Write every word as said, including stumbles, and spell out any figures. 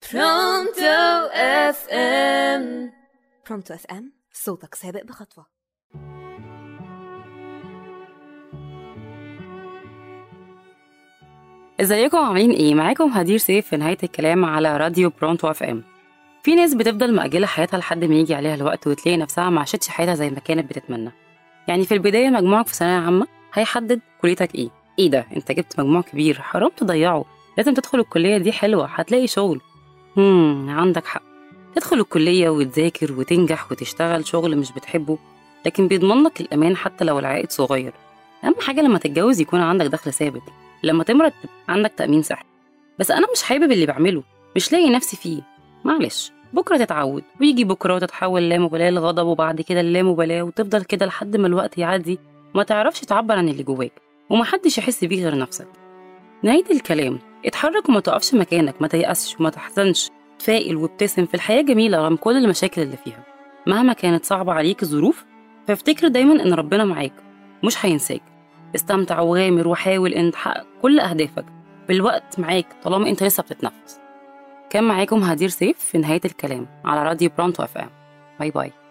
برونتو اف ام. برونتو اف ام، صوتك سابق بخطوة. ازيكم عاملين ايه؟ معاكم هدير سيف في نهاية الكلام على راديو برونتو اف ام. في ناس بتفضل مأجلة حياتها لحد ما يجي عليها الوقت وتلاقي نفسها ما عاشتش حياتها زي ما كانت بتتمنى. يعني في البداية مجموعك في ثانوية عامة هيحدد كليتك ايه. ايه ده؟ انت جبت مجموع كبير، حرام تضيعه، لازم تدخل الكلية دي، حلوة هتلاقي شغل. هم عندك حق، تدخل الكلية وتذاكر وتنجح وتشتغل شغل مش بتحبه، لكن بيضمن لك الأمان حتى لو العائد صغير. أهم حاجة لما تتجوز يكون عندك دخل ثابت، لما تمرض تبقى عندك تأمين صحي. بس أنا مش حابب اللي بعمله، مش لاقي نفسي فيه. معلش، بكرة تتعود ويجي بكرة وتتحول لامبالاة لغضب وبعد كده اللامبالاة، وتفضل كده لحد ما الوقت يعدي وما تعرفش تعبر عن اللي جواك ومحدش يحس بيه غير نفسك. نهاية الكلام، اتحرك وما تقفش مكانك، ما تيأسش وما تحزنش، تفائل وابتسم. في الحياة جميلة رغم كل المشاكل اللي فيها، مهما كانت صعبة عليك الظروف، فافتكر دايما ان ربنا معاك مش هينساك. استمتع وغامر وحاول ان تحقق كل اهدافك، بالوقت معاك طالما انت لسه بتتنفس. كان معاكم هدير سيف في نهاية الكلام على راديو برونتو اف ام. باي باي.